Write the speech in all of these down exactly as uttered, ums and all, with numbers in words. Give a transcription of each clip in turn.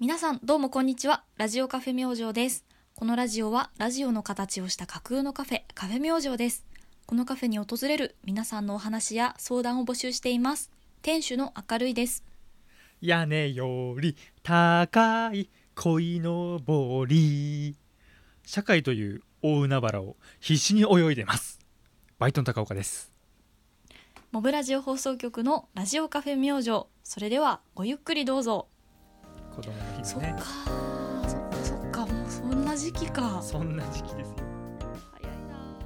皆さんどうもこんにちは。ラジオカフェ明星です。このラジオはラジオの形をした架空のカフェ、カフェ明星です。このカフェに訪れる皆さんのお話や相談を募集しています。店主の明るいです。 屋根より高い鯉のぼり、社会という大海原を必死に泳いでます。バイトの高岡です。 モブラジオ放送局のラジオカフェ明星。それではごゆっくりどうぞ。 子供の日そっだね。 かそっかそっか、もうそんな時期か。 そんな時期ですよ。 早いな。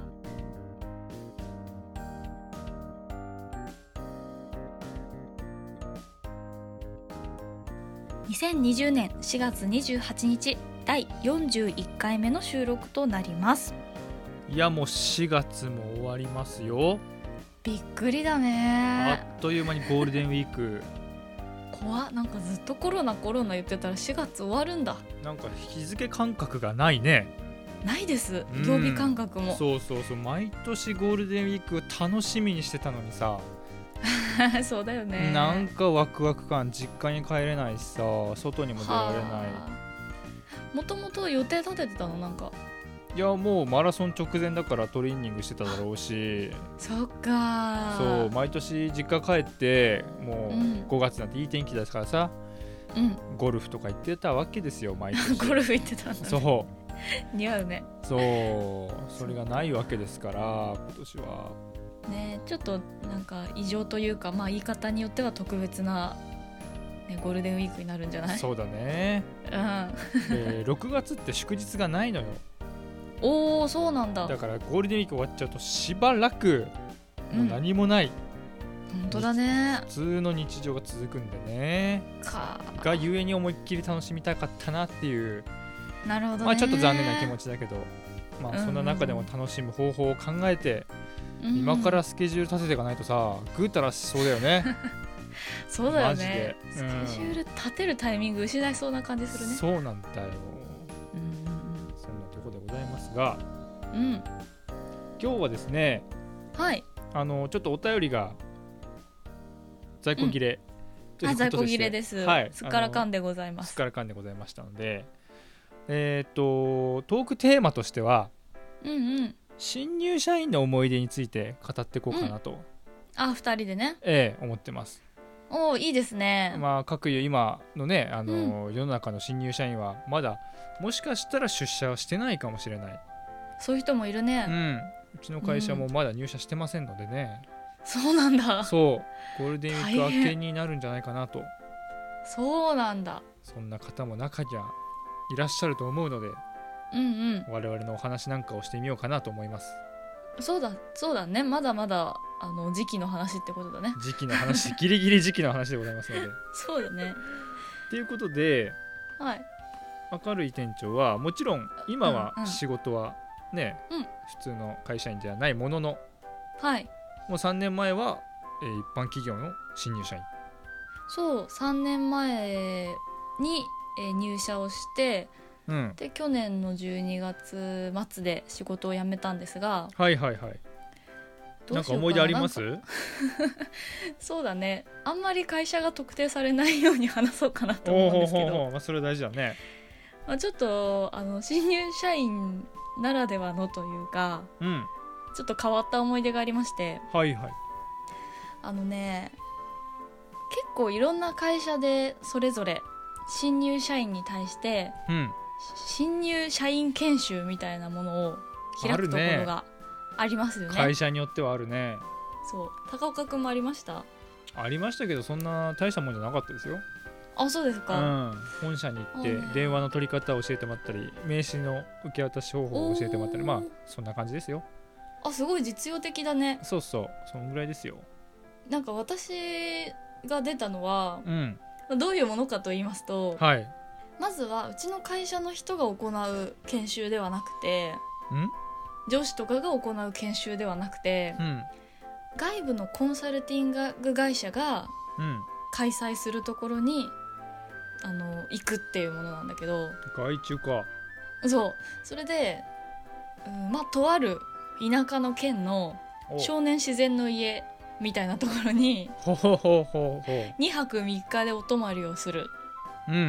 にせんにじゅうねんしがつにじゅうはちにちだいよんじゅういっかいめの収録となります。 いやもうしがつも終わりますよ。 びっくりだあね。 っという間にゴールデンウィーク。 怖っ、なんかずっとコロナコロナ言ってたらしがつ終わるんだ。 なんか日付感覚がないね。 ないです、 うん曜日感覚も。 そうそうそう、毎年ゴールデンウィークを楽しみにしてたのにさ、 そうだよね。 なんかワクワク感、実家に帰れないしさ、外にも出られない。 もともと予定立ててたの？なんかいやもうマラソン直前だからトレーニングしてただろうし、 そっか。 そう毎年実家帰ってもうんうごがつなんていい天気だからさ、 うんゴルフとか行ってたわけですよ毎年。 ゴルフ行ってたんだ、ね、 そう似合うね。 そうそれがないわけですから今年はね、ちょっとなんか異常というか、まあ言い方によっては特別な、ね、ゴールデンウィークになるんじゃない？ そうだね。 うんでろくがつって祝日がないのよ。 おー、そうなんだ。 だからゴールデンウィーク終わっちゃうとしばらくもう何もない、 うん、本当だね。 普通の日常が続くんでね。 かがゆえに思いっきり楽しみたかったなっていう、 なるほどね。 まあちょっと残念な気持ちだけど、まあうんうんそんな中でも楽しむ方法を考えて、 うん今からスケジュール立てていかないとさ、ぐうたらしそうだよね。 そうだよマジでね、 うんスケジュール立てるタイミング失いそうな感じするね。 そうなんだよ。 うんそんなところでございますが、 うんうん、 今日はですね、 はい。 あのちょっとお便りが在庫切れ、というあ、在庫ことでして切れです。 はい、 すっからかんででございますす。 っからかんでございましたので、えっ、とトークテーマとしてはうんうん。 新入社員の思い出について語っていこうかなと、 あ、二人でね。 ええ思ってます。 おー、いいですね。 まあ各有今のね、あの世の中の新入社員はまだもしかしたら出社はしてないかもしれない。 そういう人もいるね。 うんうちの会社もまだ入社してませんのでね、 そうなんだ。 そうゴールデンウィーク大変明けになるんじゃないかなと。 そうなんだ。 そんな方も中にはいらっしゃると思うので、 うん我々のお話なんかをしてみようかなと思います。 うん。そうだ、そうだね。まだまだあの時期の話ってことだね。 時期の話ギリギリ時期の話でございますのでそうだね。 ということで、 はい。 明るい店長はもちろん今はうんうん仕事はね、 うん普通の会社員ではないものの、 はい。 もうさんねんまえは、えー一般企業の新入社員。 そう、さんねんまえに、えー入社をして、 うんで去年のじゅうにがつ末で仕事を辞めたんですが、 はいはいはい。 どうしようかな。 なんか思い出あります？ なんかそうだね。あんまり会社が特定されないように話そうかなと思うんですけど、 おーほーほーほー、まあ、それ大事だね。 まあ、ちょっとあの新入社員ならではのというか、 うんちょっと変わった思い出がありまして、 はいはい。 あのね、結構いろんな会社でそれぞれ新入社員に対してうん新入社員研修みたいなものを開くところがありますよね。 会社によってはあるね。 そう、高岡くんもありました？ ありましたけどそんな大したもんじゃなかったですよ。 あ、そうですうか。 ん、本社に行ってうん電話の取り方を教えてもらったり、名刺の受け渡し方法を教えてもらったり、 おーまあそんな感じですよ。 あ、すごい実用的だね。 そうそうそんぐらいですよ。 なんか私が出たのはうんどういうものかと言いますと、 はい。んまずはうちの会社の人が行う研修ではなくて、上司とかが行う研修ではなくて、 うん外部のコンサルティング会社がうん開催するところにあの行くっていうものなんだけど、 外注か。 そう、それで、うん、まあとある田舎の県のお少年自然の家みたいなところにほほほほほにはくみっかでお泊まりをする。 うん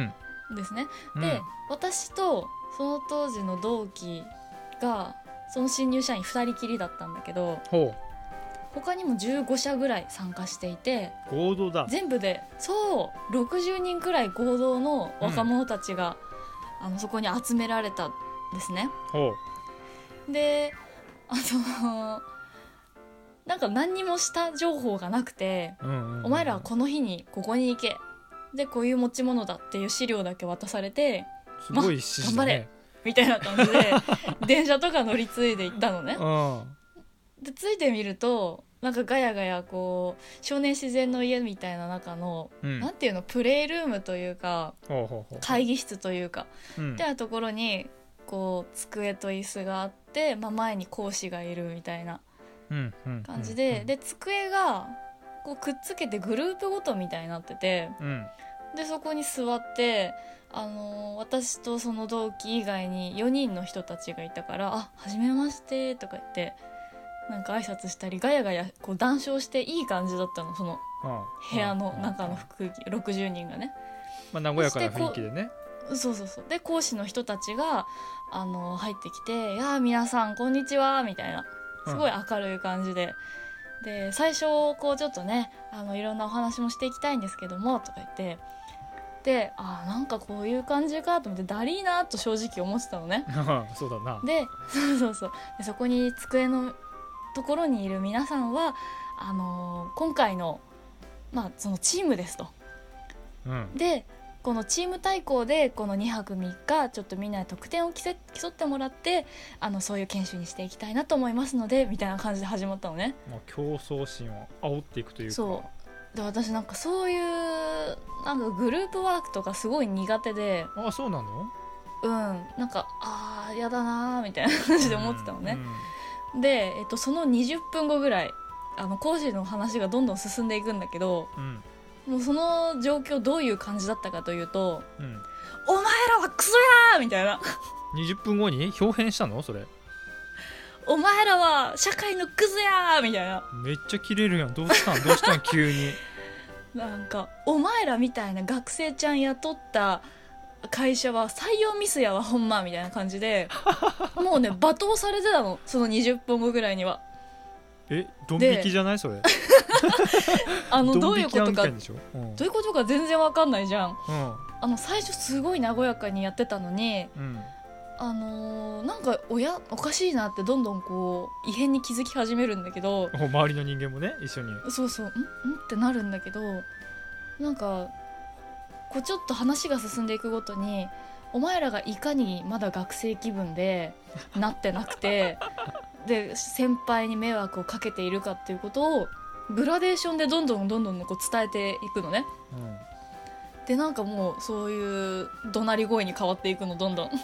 ですね。 うんで、私とその当時の同期がその新入社員ふたりきりだったんだけど、 ほ他にもじゅうごしゃぐらい参加していて、 う合同だ。 全部でそうろくじゅうにんくらい合同の若者たちが、うん、あのそこに集められたんですね。 ほで、あのなんか何にもした情報がなくて、 う、うんうんうん、 お前らはこの日にここに行け、でこういう持ち物だっていう資料だけ渡されて、 すごい指示だね。 みたいな感じで電車とか乗り継いで行ったのね。 うん、 でついてみるとなんかガヤガヤこう少年自然の家みたいな中の、 うん、 なんていうの、プレイルームというかほうほうほう、 会議室というか、 うん、 みたいなところにこう机と椅子があって、まあ、前に講師がいるみたいなうんうん、 感じで、 うん、 で机がこうくっつけてグループごとみたいになってて、 うん、 でそこに座って、あのー私とその同期以外によにんの人たちがいたから、あ、はじめましてとか言ってなんか挨拶したりガヤガヤこう談笑していい感じだったの、その部屋の中の空気、ろくじゅうにんがね、 まあ、和やかな雰囲気でね。 そうそうそう。で講師の人たちが、あのー入ってきて、いやー皆さんこんにちはみたいな、すごい明るい感じで、うん、で最初こうちょっとね、あのいろんなお話もしていきたいんですけどもとか言って、で、あーなんかこういう感じかと思ってだりーなと正直思ってたのね。 そうだな。 でそうそうそう、でそこに机のところにいる皆さんはあのー今回の、まあ、そのチームですと。 うん、 でこのチーム対抗でこのにはくみっかちょっとみんなで得点を競ってもらって、あのそういう研修にしていきたいなと思いますのでみたいな感じで始まったのね。 まあ、競争心を煽っていくというか。 そうで、私なんかそういうなんかグループワークとかすごい苦手で、 あ、そうなの？ うんなんかあーやだなーみたいな感じで思ってたのね、 うん、 で、えっと、そのにじゅっぷんごぐらいあの講師の話がどんどん進んでいくんだけど、 うん、 もうその状況どういう感じだったかというと、 うん、 お前らはクソやーみたいなにじゅっぷんごに表変したのそれ？ お前らは社会のクズやーみたいな、 めっちゃキレるやん。どうしたんどうしたん急に。 なんかお前らみたいな学生ちゃん雇った会社は採用ミスやわほんまみたいな感じでもうね罵倒されてたの、そのにじゅっぷんごぐらいには。 え、ドン引きじゃないそれ？ あのどういうことか、 でしょ、うん、 どういうことか全然わかんないじゃん、 うん、 あの最初すごい和やかにやってたのに、 うん、 あのー、なんかおやおかしいなってどんどんこう異変に気づき始めるんだけど、 周りの人間もね一緒に、 そうそう、んんってなるんだけど、なんかこうちょっと話が進んでいくごとにお前らがいかにまだ学生気分でなってなくてで先輩に迷惑をかけているかっていうことをグラデーションでどんどんどんどんこう伝えていくのね、 うん、 でなんかもうそういう怒鳴り声に変わっていくのどんどん、 うん、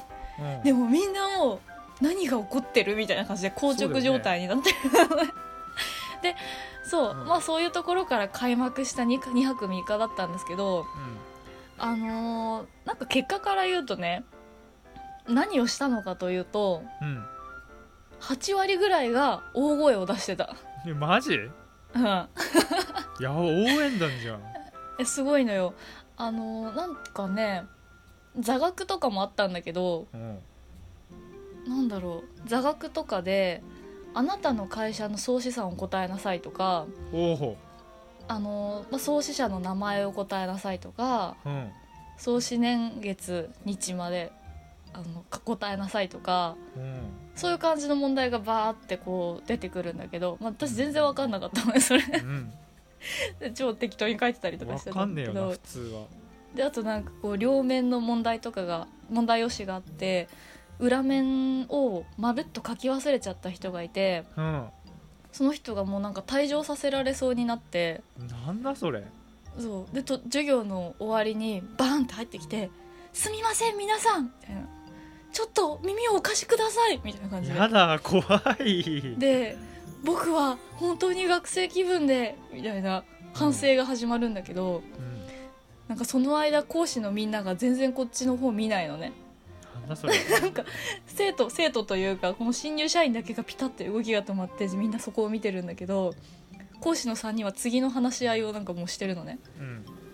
でもみんなもう何が起こってるみたいな感じで硬直状態になってる、ね、でそう、うん、まあそういうところから開幕した 2, にはくみっかだったんですけど、うん、あのー、なんか結果から言うとね、何をしたのかというと、うん、はちわりぐらいが大声を出してた。 え、マジ？ うん、いや応援団じゃん。 えすごいのよ。あのー、なんかね座学とかもあったんだけど、うん、なんだろう、座学とかであなたの会社の総資産を答えなさいとか、 おあの、まあ、創始者の名前を答えなさいとか、うん、創始年月日まであの答えなさいとか、うん、そういう感じの問題がバーってこう出てくるんだけど、まあ、私全然分かんなかったのねそれ、うん、で超適当に書いてたりとかしてたんだけど、 分かんねえよな普通は。 であとなんかこう両面の問題とかが問題用紙があって裏面をまるっと書き忘れちゃった人がいて、うん、その人がもうなんか退場させられそうになって、 なんだそれ。 そうでと授業の終わりにバーンって入ってきて、すみません皆さんみたいな、ちょっと耳をお貸しくださいみたいな感じで、 やだ怖い。 で僕は本当に学生気分でみたいな反省が始まるんだけど、うんうん、なんかその間講師のみんなが全然こっちの方見ないのね。 なんだそれ。 なんか生徒生徒というかこの新入社員だけがピタッと動きが止まってみんなそこを見てるんだけど、講師のさんにんは次の話し合いをなんかもうしてるのね、うん、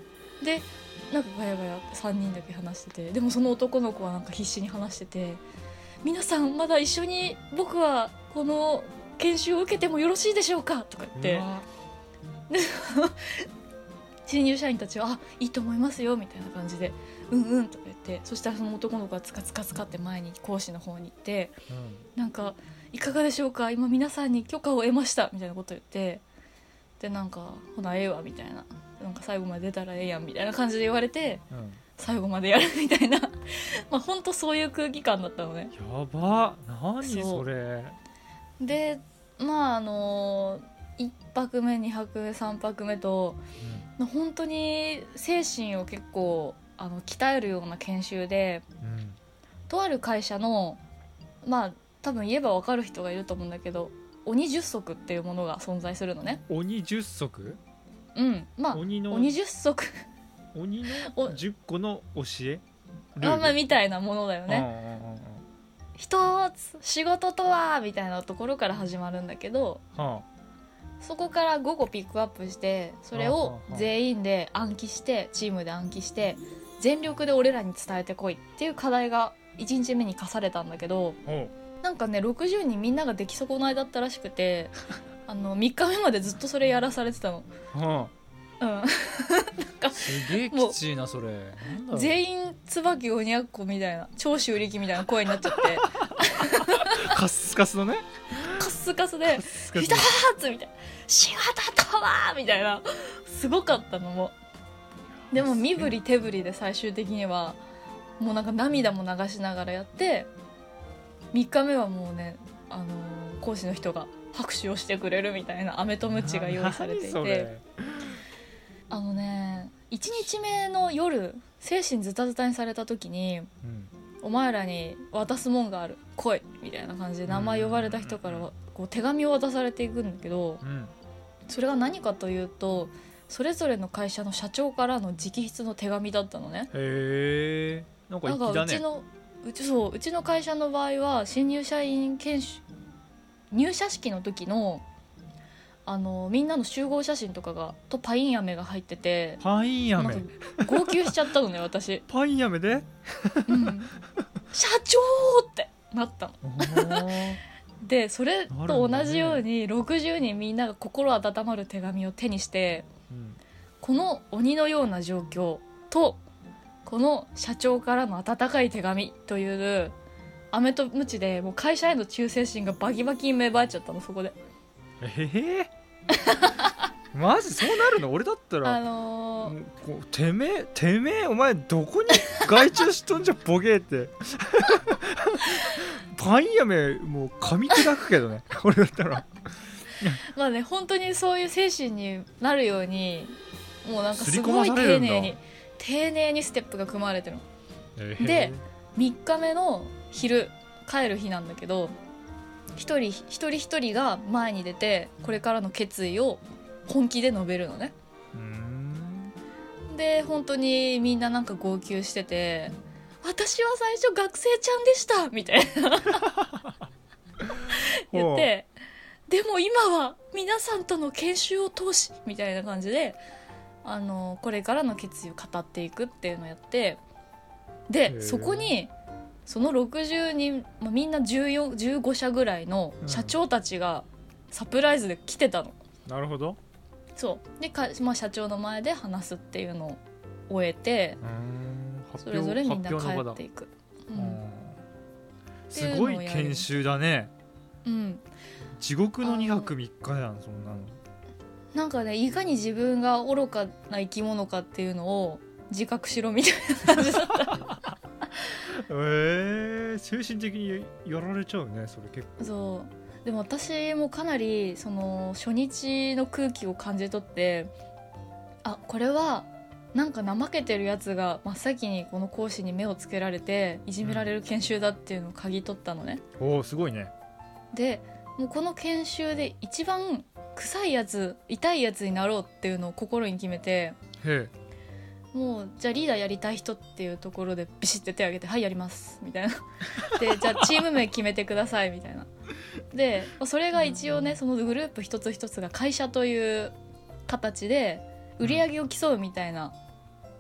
でなんかガヤガヤってさんにんだけ話してて、でもその男の子はなんか必死に話してて、皆さんまだ一緒に僕はこの研修を受けてもよろしいでしょうかとか言ってで新入社員たちはあいいと思いますよみたいな感じでうんうんとか言って、そしたらその男の子がつかつかつかって前に講師の方に行って、うん、なんかいかがでしょうか今皆さんに許可を得ましたみたいなこと言って、でなんかほなええわみたいな、なんか最後まで出たらええやんみたいな感じで言われて、うん、最後までやるみたいなまあほんとそういう空気感だったのね。 やば何それでまああのいっぱくめにはくめさんぱくめと、うん、本当に精神を結構あの鍛えるような研修で、うん、とある会社のまあ多分言えば分かる人がいると思うんだけど鬼十足っていうものが存在するのね。 鬼十足？ うんまあ鬼の鬼十足鬼のじゅっこの教えあまあみたいなものだよね。一つ仕事とはみたいなところから始まるんだけど、はあ、そこからごこピックアップしてそれを全員で暗記してチームで暗記して全力で俺らに伝えてこいっていう課題がいちにちめに課されたんだけど、なんかねろくじゅうにんみんなが出来損ないだったらしくてあのみっかめまでずっとそれやらされてたの。はあ、うんなんかすげえきついなそれ。なんだろう全員椿鬼奴みたいな長州力みたいな声になっちゃってカスカスのねカスカスで「ひたーつ!」みたいな「仕事とは!」みたいなすごかったのも。でも身振り手振りで最終的にはもうなんか涙も流しながらやってみっかめはもうね、あのー、講師の人が拍手をしてくれるみたいな飴とムチが用意されていて、あのねいちにちめの夜精神ズタズタにされた時に、うん、お前らに渡すもんがある来いみたいな感じで名前呼ばれた人からこう手紙を渡されていくんだけど、うん、それが何かというとそれぞれの会社の社長からの直筆の手紙だったのね。 へーなんか粋だね。 なんかうちのうちそううちの会社の場合は新入社員研修入社式の時のあのみんなの集合写真とかがとパイン飴が入ってて、 パイン飴号泣しちゃったのね私パイン飴で、 うん、社長ってなったのでそれと同じようにろくじゅうにんみんなが心温まる手紙を手にして、うん、この鬼のような状況とこの社長からの温かい手紙という飴とムチでもう会社への忠誠心がバキバキに芽生えちゃったのそこで。 えー、マジそうなるの？俺だったら、 あのー、 こうてめえてめえお前どこに外注しとんじゃボケーってパイン飴もう噛み砕くけどね俺だったらまあね本当にそういう精神になるようにもうなんかすごい丁寧に丁寧にステップが組まれてるの、えー、でみっかめの昼帰る日なんだけど一人一人一人が前に出てこれからの決意を本気で述べるのね。うーんで本当にみんななんか号泣してて私は最初学生ちゃんでしたみたいな言ってでも今は皆さんとの研修を通しみたいな感じであのこれからの決意を語っていくっていうのをやって、でそこにそのろくじゅうにん、まあ、みんなじゅうよん、じゅうごしゃぐらいの社長たちがサプライズで来てたの、 うん、なるほど。 そうでか、まあ、社長の前で話すっていうのを終えてそれぞれみんな帰っていく、うん、 すごい研修だね。 うん地獄のにはくみっかやんそんなの。 なんかねいかに自分が愚かな生き物かっていうのを自覚しろみたいな感じだったえー、精神的にやられちゃうねそれ結構。 そうでも私もかなりその初日の空気を感じ取って、あこれはなんか怠けてるやつが真っ先にこの講師に目をつけられていじめられる研修だっていうのを嗅ぎ取ったのね、 うん、おーすごいね。 でもうこの研修で一番臭いやつ痛いやつになろうっていうのを心に決めて、へもうじゃあリーダーやりたい人っていうところでビシッて手を挙げてはいやりますみたいなでじゃあチーム名決めてくださいみたいなでそれが一応ねそのグループ一つ一つが会社という形で売り上げを競うみたいな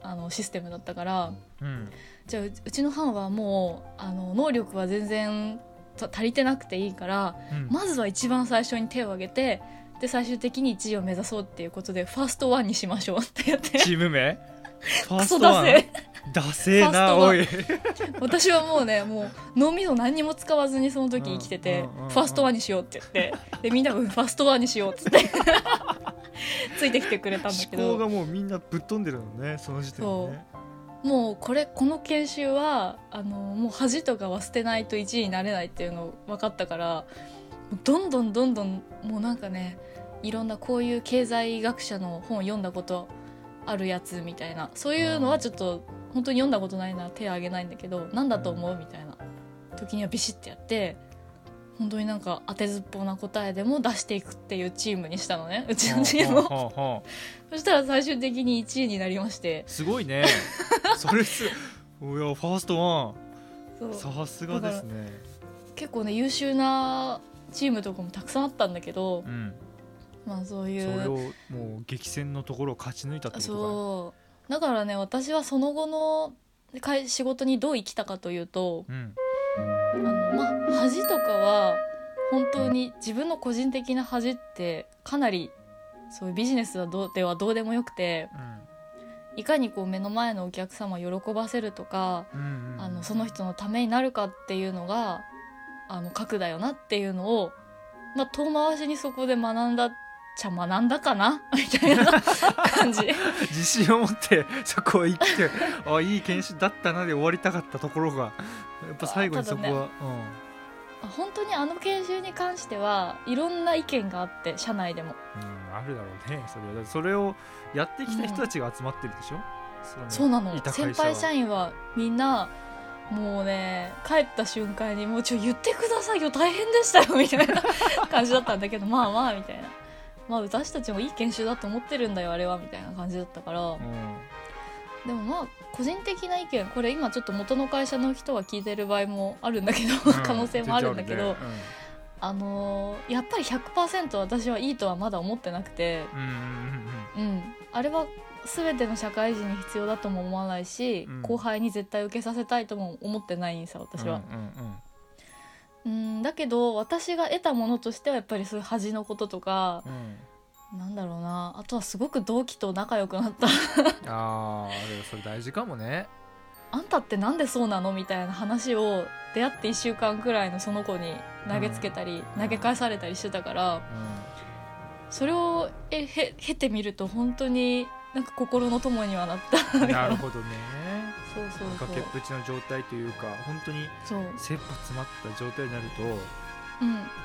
あのシステムだったから、 うん、 じゃあ う, うちの班はもうあの能力は全然足りてなくていいから、うん、まずは一番最初に手を挙げて、で最終的にいちいを目指そうっていうことでファーストワンにしましょうってやってチーム名ファークソストワンだせダセーなおい私はもうねもう脳みそ何にも使わずにその時生きてて、うんうんうんうん、ファーストワンにしようって言ってでみんなもファーストワンにしようって言ってついてきてくれたんだけど、 思考がもうみんなぶっ飛んでるのね、その時点でね。 もうこれこの研修はあのもう恥とかは捨てないといちいになれないっていうの分かったから、どんどんどんどんもうなんかね、いろんなこういう経済学者の本を読んだことあるやつみたいな、そういうのはちょっと本当に読んだことないなら手を挙げないんだけど、なんだと思うみたいな時にはビシッてやって、本当になんか当てずっぽうな答えでも出していくっていうチームにしたのね、うちのチームをそしたら最終的にいちいになりまして。 すごいねそれすいやファーストワンさすがですね。 結構ね優秀なチームとかもたくさんあったんだけど、うん、まあそういうそれをもう激戦のところを勝ち抜いたってことか。 そうだからね、私はその後の仕事にどう生きたかというと、うん、あのまあ恥とかは本当に自分の個人的な恥ってかなりそういうビジネスはどうではどうでもよくて、うん、いかにこう目の前のお客様を喜ばせるとか、うんうん、あのその人のためになるかっていうのがあの核だよなっていうのを、まあ、遠回しにそこで学んだっちゃ学んだかなみたいな感じ自信を持ってそこを生きてあいい研修だったなで終わりたかったところがやっぱ最後にそこは、ね、 うん、本当にあの研修に関してはいろんな意見があって、社内でも、 うん、あるだろうね。それはそれをやってきた人たちが集まってるでしょ、うん、 そうなの。先輩社員はみんなもうね帰った瞬間にもうちょ言ってくださいよ大変でしたよみたいな感じだったんだけどまあまあみたいな、まあ私たちもいい研修だと思ってるんだよあれはみたいな感じだったから、うん、でもまあ個人的な意見、これ今ちょっと元の会社の人が聞いてる場合もあるんだけど、うん、可能性もあるんだけど、ね、うん、あのー、やっぱり ひゃくパーセント 私はいいとはまだ思ってなくて、うんうんうんうん、あれは全ての社会人に必要だとも思わないし、うん、後輩に絶対受けさせたいとも思ってないんさ私は、うんうんうん、うんだけど私が得たものとしてはやっぱりそういう恥のこととか、うん、なんだろうな、あとはすごく同期と仲良くなったあーそれ大事かもね。 あんたってなんでそうなのみたいな話を出会っていっしゅうかんくらいのその子に投げつけたり、うん、投げ返されたりしてたから、うん、それをえへ経てみると本当になんか心の友にはなったなるほどねそうそうそう、 崖っぷちの状態というか本当に切羽詰まった状態になると、うん、人間がもう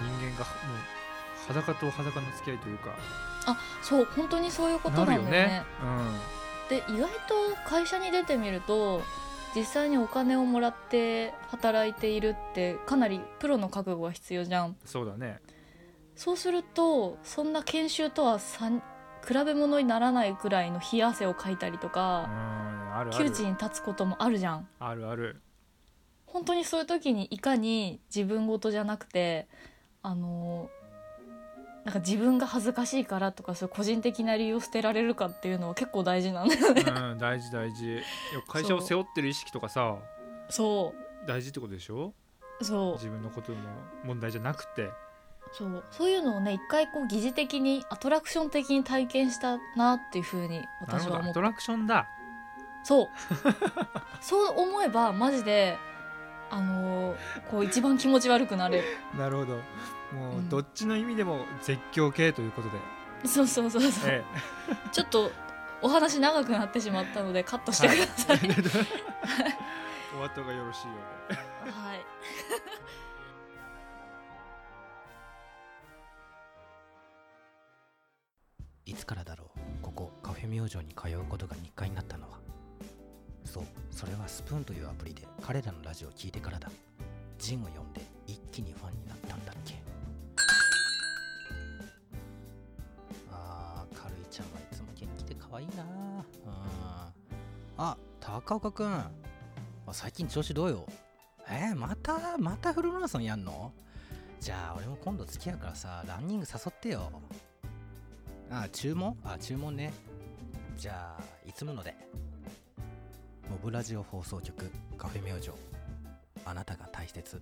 裸と裸の付き合いというか、 あそう本当にそういうことなんだよね。 なるよね、 うん、で意外と会社に出てみると実際にお金をもらって働いているってかなりプロの覚悟が必要じゃん。 そうだね。 そうするとそんな研修とは比べ物にならないくらいの冷や汗をかいたりとか、うんあるある窮地に立つこともあるじゃん。 あるある。 本当にそういう時にいかに自分事じゃなくてあのなんか自分が恥ずかしいからとかそういう個人的な理由を捨てられるかっていうのは結構大事なんだよね、 うん、大事大事。会社を背負ってる意識とかさそう大事ってことでしょ。 そう自分のことの問題じゃなくてそうそういうのをね一回こう疑似的にアトラクション的に体験したなっていう風に私は思った。なるほど、 アトラクションだ。 そうそう思えばマジであのー、こう一番気持ち悪くなれるなるほど、もうどっちの意味でも絶叫系ということで、 うん、そうそうそうそう、ええ、ちょっとお話長くなってしまったのでカットしてください、はい、 お後がよろしいようではいいつからだろう、ここカフェ明星に通うことが日課になったのは。そう、それはスプーンというアプリで彼らのラジオを聞いてからだ。ジンを読んで一気にファンになったんだっけ。あー、カルイちゃんはいつも元気で可愛いな。ああ、高岡くん、あ、最近調子どうよ。えー、またまたフルマラソンやんの。じゃあ俺も今度付き合うからさ、ランニング誘ってよ。あ、注文あ注文ね。じゃあいつもので。 モブラジオ放送局カフェ明星、あなたが大切。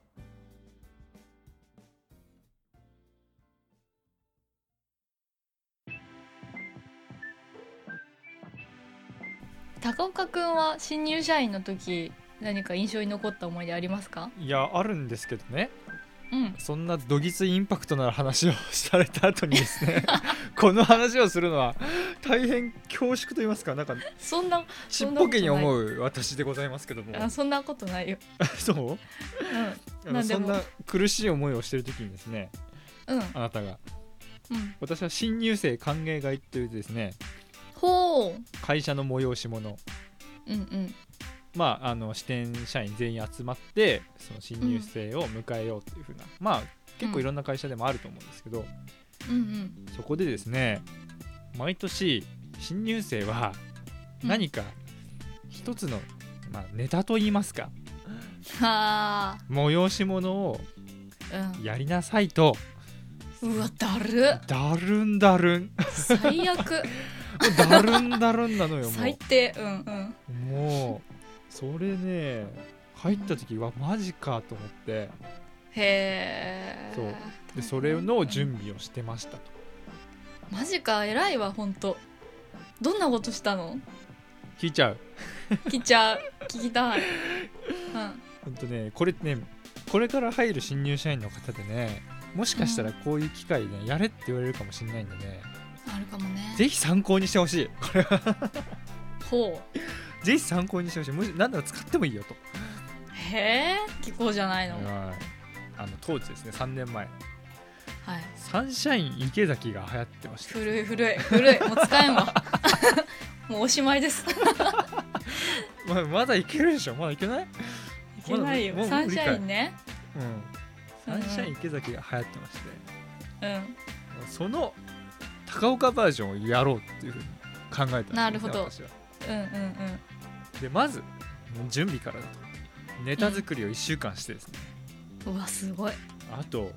高岡くんは新入社員の時何か印象に残った思い出ありますか？ いやあるんですけどね、 うんそんなどぎついインパクトのある話をされた後にですねこの話をするのは大変恐縮と言いますか、なんかそんなちっぽけに思う私でございますけども。 あそんなことないよ。 そううんあのなんでもそんな苦しい思いをしている時にですね、 うんあなたがうん私は新入生歓迎会というですね、 ほう会社の催し物、 うんうんまああの支店社員全員集まってその新入生を迎えようっていう風な、まあ結構いろんな会社でもあると思うんですけど、 うんうんそこでですね、毎年新入生は何か一つの、まあ、ネタといいますかはあ催し物をうんやりなさいと、 うわだるだるんだるんも最悪うだるんだるんなのよも最低うんうんうもうそれね入った時はマジかと思ってへえそうでそれの準備をしてましたと。 マジか偉いわほんと。どんなことしたの？ 聞いちゃう。 聞いちゃう聞きたい。 ほんとねこれねこれから入る新入社員の方でね、もしかしたらこういう機会で、ね、やれって言われるかもしれないんでね、 あるかもね。 ぜひ参考にしてほしい。これはほぜひ参考にしてほしい。むしろ何なら使ってもいいよと。 うへえ聞こうじゃないの。 はいあの当時ですねさんねんまえはいサンシャイン池崎が流行ってました。 古い古い古いもう使えんわもうおしまいですま, まだいけるでしょ。まだいけない？ いけないよまだサンシャインね。 うんサンシャイン池崎が流行ってまして、 うんその高岡バージョンをやろうっていうふうに考えたんです、ね、 なるほど私は。 うんうんうんでまず準備からだとネタ作りをいっしゅうかんしてですね、 うわすごい。 あと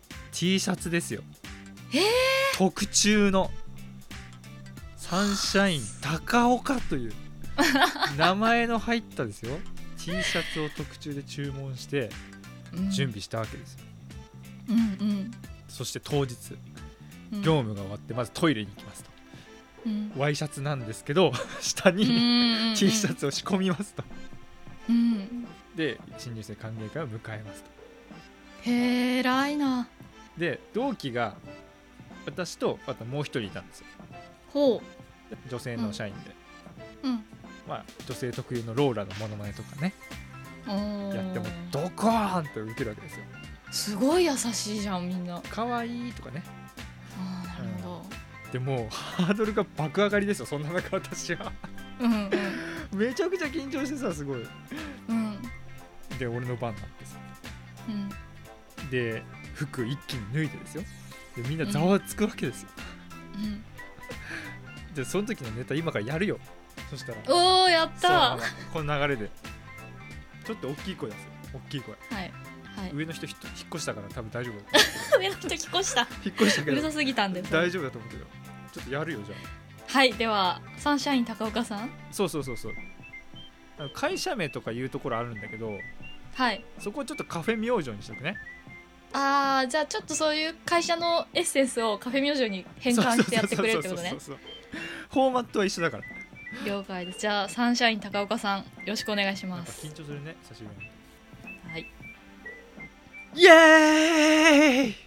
T シャツですよ。 えー、 特注のサンシャイン高岡という名前の入ったですよ T シャツを特注で注文して準備したわけですよ、 うんうんそして当日うん業務が終わってまずトイレに行きますと、 うんワイシャツなんですけど下に T シャツを仕込みますと。 うんで新入生歓迎会を迎えますと。 へえ偉いな。 で同期が私とあともう一人いたんですよ。 ほ女性の社員で、 ううんまあ、女性特有のローラのモノマネとかねおーやってもドコーンと受けるわけですよ。 すごい優しいじゃんみんな。 かわいいとかね。 あーなるほでもハードルが爆上がりですよ。そんな中私はど。うんめちゃくちゃ緊張してさすごい。 うんうんで俺の番になってさうんで服一気に脱いでですよ。でみんなざわつくわけですよ、 うんでその時のネタ今からやるよ。そしたらおおやったー。 そうこの流れでちょっと大きい声出すよ。大きい声。 はいはい。 上の人ひっ引っ越したから多分大丈夫だと上の人聞こした。 思う引っ越したけどうるさすぎたんで。 大丈夫だと思うけどちょっとやるよじゃあ。 はいではサンシャイン高岡さん。 そうそうそうそうあの会社名とかいうところあるんだけどはい。 そこをちょっとカフェ明星にしとくね。 あーじゃあちょっとそういう会社のエッセンスをカフェ明星に変換してやってくれるってことねそう。そうそうそうフォーマットは一緒だから。 了解です。じゃあサンシャイン高岡さんよろしくお願いしなんかます緊。張するね久しぶりに。 はい。 イエーイ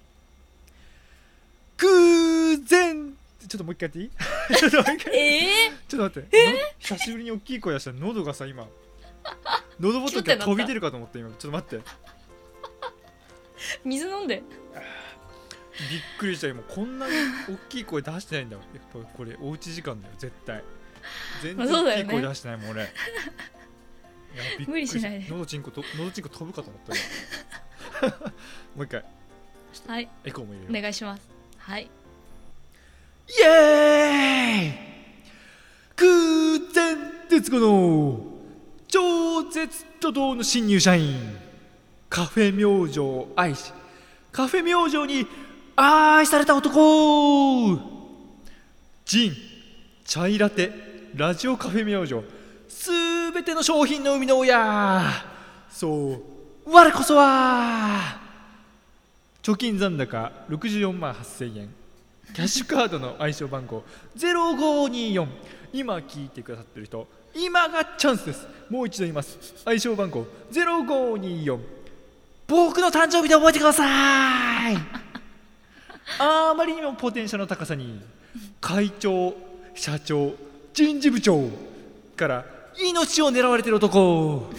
偶然ちょっともう一回やっていいちょっともう一回ええちょっと待って、の久しぶりに大きい声出したら喉がさ今喉仏が飛び出るかと思って今ちょっと待ってー、水飲んで。 びっくりした。今こんなに大きい声出してないんだよ。やっぱこれおうち時間だよ絶対。全然大きい声出してないもん俺。いやびっくり無理しないで喉チンコと喉チンコ飛ぶかと思ったよもう一回はいエコーも入れおる。 願いします。はい。 イエーイ空前絶後の超絶怒涛の新入社員カフェ明星を愛しカフェ明星に愛された男ジンチャイラテラジオカフェ明星すべての商品の生みの親、そう我こそは。貯金残高ろくじゅうよんまんはっせんえん、キャッシュカードの暗証番号ゼロごによん。今聞いてくださってる人、今がチャンスです。もう一度言います。暗証番号ゼロごによん、僕の誕生日で覚えてください。あまりにもポテンシャルの高さに会長、社長、人事部長から命を狙われてる男。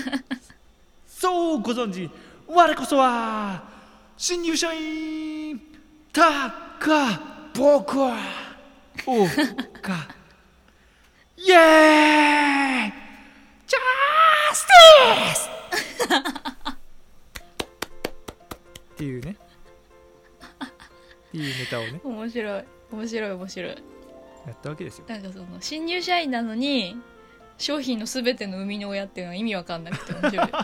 そうご存知、我こそは新入社員タカ僕はおかイエーイジャスティスっていうね、っていうネタをね面白い面白い面白い。 やったわけですよ。 なんかその新入社員なのに商品のすべての生みの親っていうのは意味わかんなくて面白い。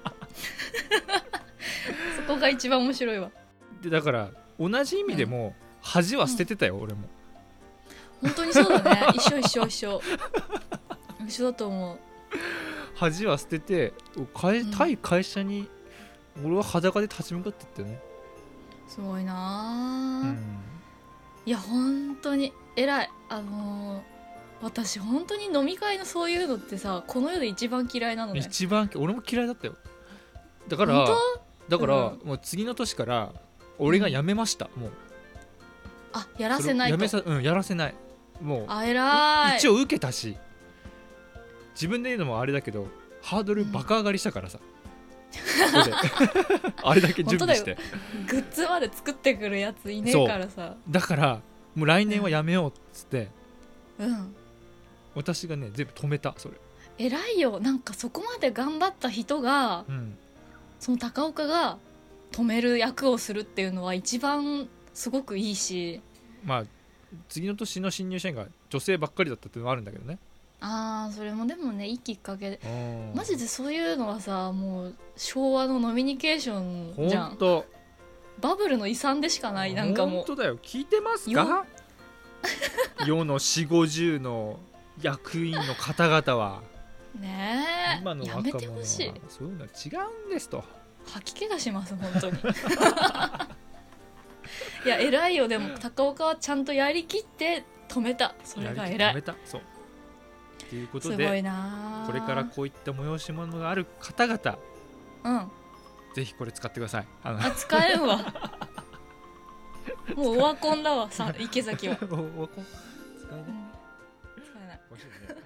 そこが一番面白いわ。 でだから同じ意味でも、うん、恥は捨ててたよ、うん、俺も。 本当にそうだね。一緒一緒一緒一緒だと思う。 恥は捨てて対会社に俺は裸で立ち向かってってね。 すごいな、 うん、 いや本当に偉い。あのー、私本当に飲み会のそういうのってさ、この世で一番嫌いなのね。 一番俺も嫌いだったよ。だからだから、うん、もう次の年から俺が辞めました、うん、もうあやらせないとやめさ、うん、やらせない。もうあ偉い。 一応受けたし、自分で言うのもあれだけどハードルバカ上がりしたからさ、うん、ここであれだけ準備してグッズまで作ってくるやついねえからさ。 だからもう来年はやめようっつって、 うん、 私がね全部止めた。それ偉いよ。なんかそこまで頑張った人が、うん、その高岡が止める役をするっていうのは一番すごくいいし、 まあ次の年の新入社員が女性ばっかりだったっていうのはあるんだけどね。 あーそれもでもねいいきっかけで、マジでそういうのはさもう昭和の飲みニケーションじゃん。 ほんとバブルの遺産でしかない。なんかもうほんとだよ。聞いてますか世のよんじゅうごじゅうの役員の方々はねえ今の若者はやめてほしい。 そういうのは違うんですと。 吐き気がします本当に。いや偉いよ。でも高岡はちゃんとやりきって止めた。それが偉い。 止めた。そうということすでごいな。 これからこういった催し物がある方々、 うんぜひこれ使ってください。あのあ使えんわ。もうオワコンだわさ池崎は。 オワコン使えない、うん、使えない。 欲しいね。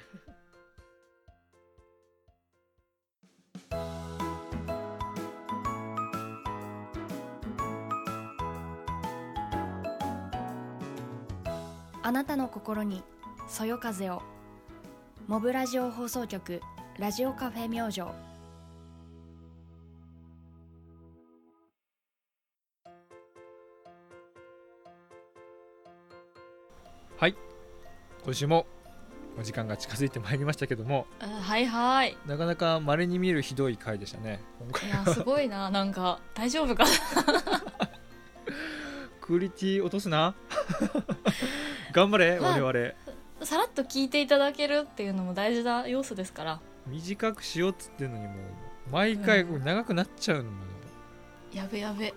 あなたの心にそよ風を。モブラジオ放送局ラジオカフェ明星。 はい、今週もお時間が近づいてまいりましたけども、 はいはい。 なかなか稀に見るひどい回でしたね。 いやすごいな。なんか大丈夫かな。 クオリティ落とすな。頑張れ、まあ、我々 さらっと聞いていただけるっていうのも大事な要素ですから。 短くしようっつってんのにもう毎回長くなっちゃうのも、 うん、やべやべ。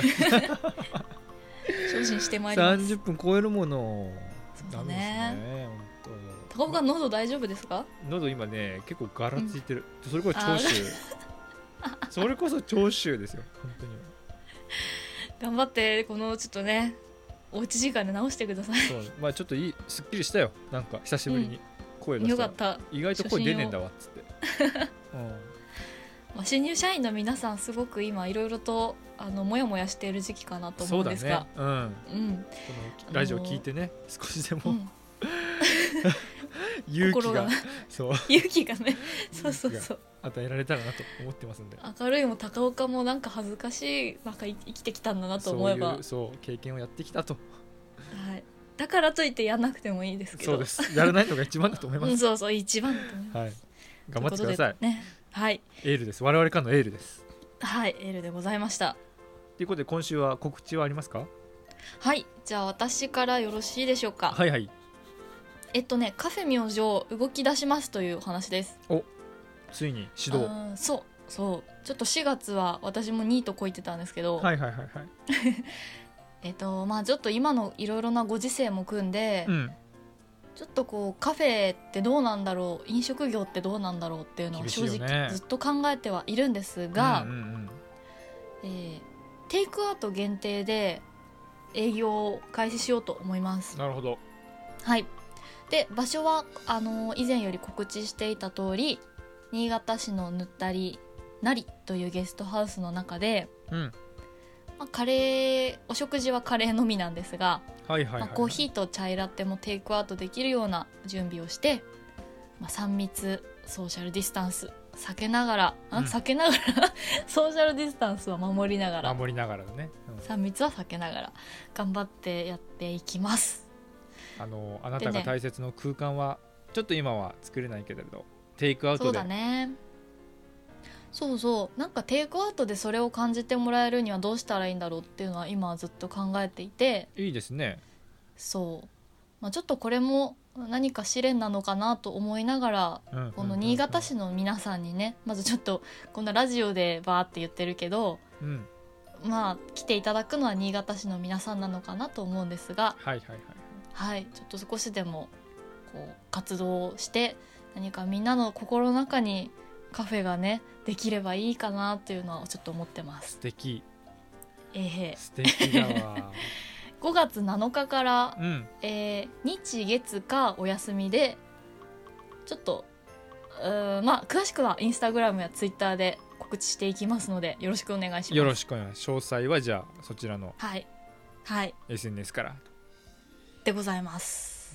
精進してまいります。 さんじゅっぷん超えるもの。 そうだね。 本当高岡喉大丈夫ですか？ 喉今ね結構ガラついてる、うん、それこそ長州。それこそ長州ですよ本当に。 頑張ってこのちょっとねおうち時間で直してください。 そう、まあちょっといいすっきりしたよ。なんか久しぶりに声がした、 うん、よかった。 意外と声出ねえんだわっつって。うん、 まあ新入社員の皆さんすごく今いろいろとあのモヤモヤしている時期かなと思うんですが、 そうだね、うん、うん、このラジオ聞いてね、あのー、少しでも、うん、勇気がそう勇気がねそうそうそう与えられたらなと思ってますんで。 明るいも高岡もなんか恥ずかしいなんか生きてきたんだなと思えば、 そういうそう経験をやってきたと、 はい、だからといってやんなくてもいいですけど、 そうですやらないのが一番だと思います。 うん、そうそう一番だと思います、 はい、頑張ってくださいね、はい、 エールです。我々からのエールです。 はい、エールでございました。 ということで今週は告知はありますか？ はい、じゃあ私からよろしいでしょうか？ はいはい。 えっとねカフェ明星動き出しますというお話です。 ついに始動。 あーそうそうちょっとしがつは私もニートこいてたんですけど、 はいはいはいはい。 えっとまあちょっと今のいろいろなご時世も組んで、 うん。 ちょっとこうカフェってどうなんだろう、飲食業ってどうなんだろうっていうのを正厳しいよね直ずっと考えてはいるんですが、 うんうんうんえーテイクアウト限定で営業を開始しようと思います。 なるほど。 はいで場所はあの以前より告知していた通り新潟市のぬったりなりというゲストハウスの中で、 うん。 まあ、カレーお食事はカレーのみなんですが、 はいはいはい、 まあ、コーヒーとチャイラテもテイクアウトできるような準備をして、まあ、さん密ソーシャルディスタンス避けながら、あうん避けながらソーシャルディスタンスは守りながら守りながらね、うんさん密は避けながら頑張ってやっていきます。 あのあなたがでね大切な空間はちょっと今は作れないけれどテイクアウトでそうだねそうそうなんかテイクアウトでそれを感じてもらえるにはどうしたらいいんだろうっていうのは今はずっと考えていて、 いいですね。 そう、まあ、ちょっとこれも何か試練なのかなと思いながら、 うんうんうんうんこの新潟市の皆さんにねまずちょっとこんなラジオでバーって言ってるけど、 うんまあ来ていただくのは新潟市の皆さんなのかなと思うんですが、 はいはいはい。 はいちょっと少しでもこう活動をして何かみんなの心の中にカフェがねできればいいかなっていうのはちょっと思ってます。 素敵えーへー素敵だわごがつなのかから、 うんえー日月かお休みでちょっとうーまあ詳しくはインスタグラムやツイッターで告知していきますのでよろしくお願いします。 よろしくお願いします。詳細はじゃあそちらのはいはいエスエヌエス からでございます。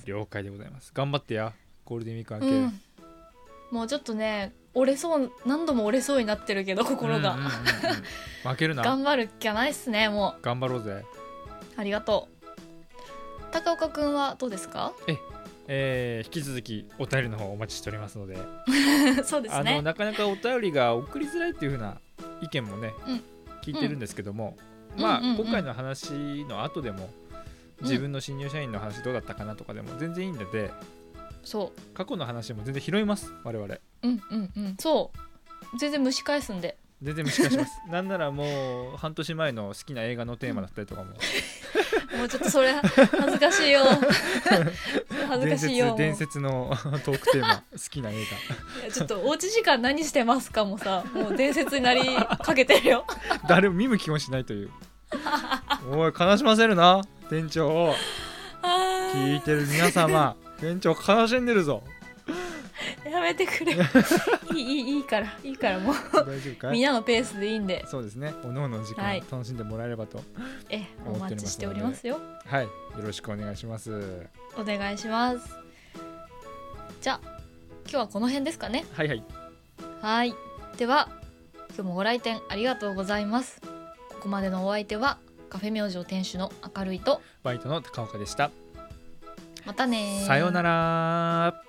了解でございます。頑張ってやゴールデンウィーク明け、 うんもうちょっとね折れそう何度も折れそうになってるけど心が、 うんうんうんうん負けるな。 頑張るっきゃないっすね。もう頑張ろうぜ。 ありがとう。高岡くんはどうですか？ えー引き続きお便りの方お待ちしておりますのでそうですあのね。 なかなかお便りが送りづらいっていう風な意見もね、 うん聞いてるんですけども、まあ、 うんうんうん今回の話の後でも自分の新入社員の話どうだったかなとかでも全然いいので、 そ過去の話も全然拾います我々。 ううんうんうんそう全然蒸し返すんで全然蒸し返しますなんならもう半年前の好きな映画のテーマだったりとかももうちょっとそれ恥ずかしいよ恥ずかしいよ伝説伝説のトークテーマ好きな映いやちょっとおうち時間何してますかもさもう伝説になりかけてるよ画誰も見向きもしないというおい悲しませるな店長を聞いてる皆様店長悲しんでるぞやめてくれいいいいいいからいいからもう大丈夫かいみんなのペースでいいんでそうですねおのおの時間はい楽しんでもらえればと、 えお思っておりますので待ちしておりますよ。 はい、よろしくお願いします。 お願いします。じゃあ今日はこの辺ですかね。 はいはいはいでは今日もご来店ありがとうございます。ここまでのお相手はカフェ明星店主の明るいとバイトの高岡でした。 またねーさようなら。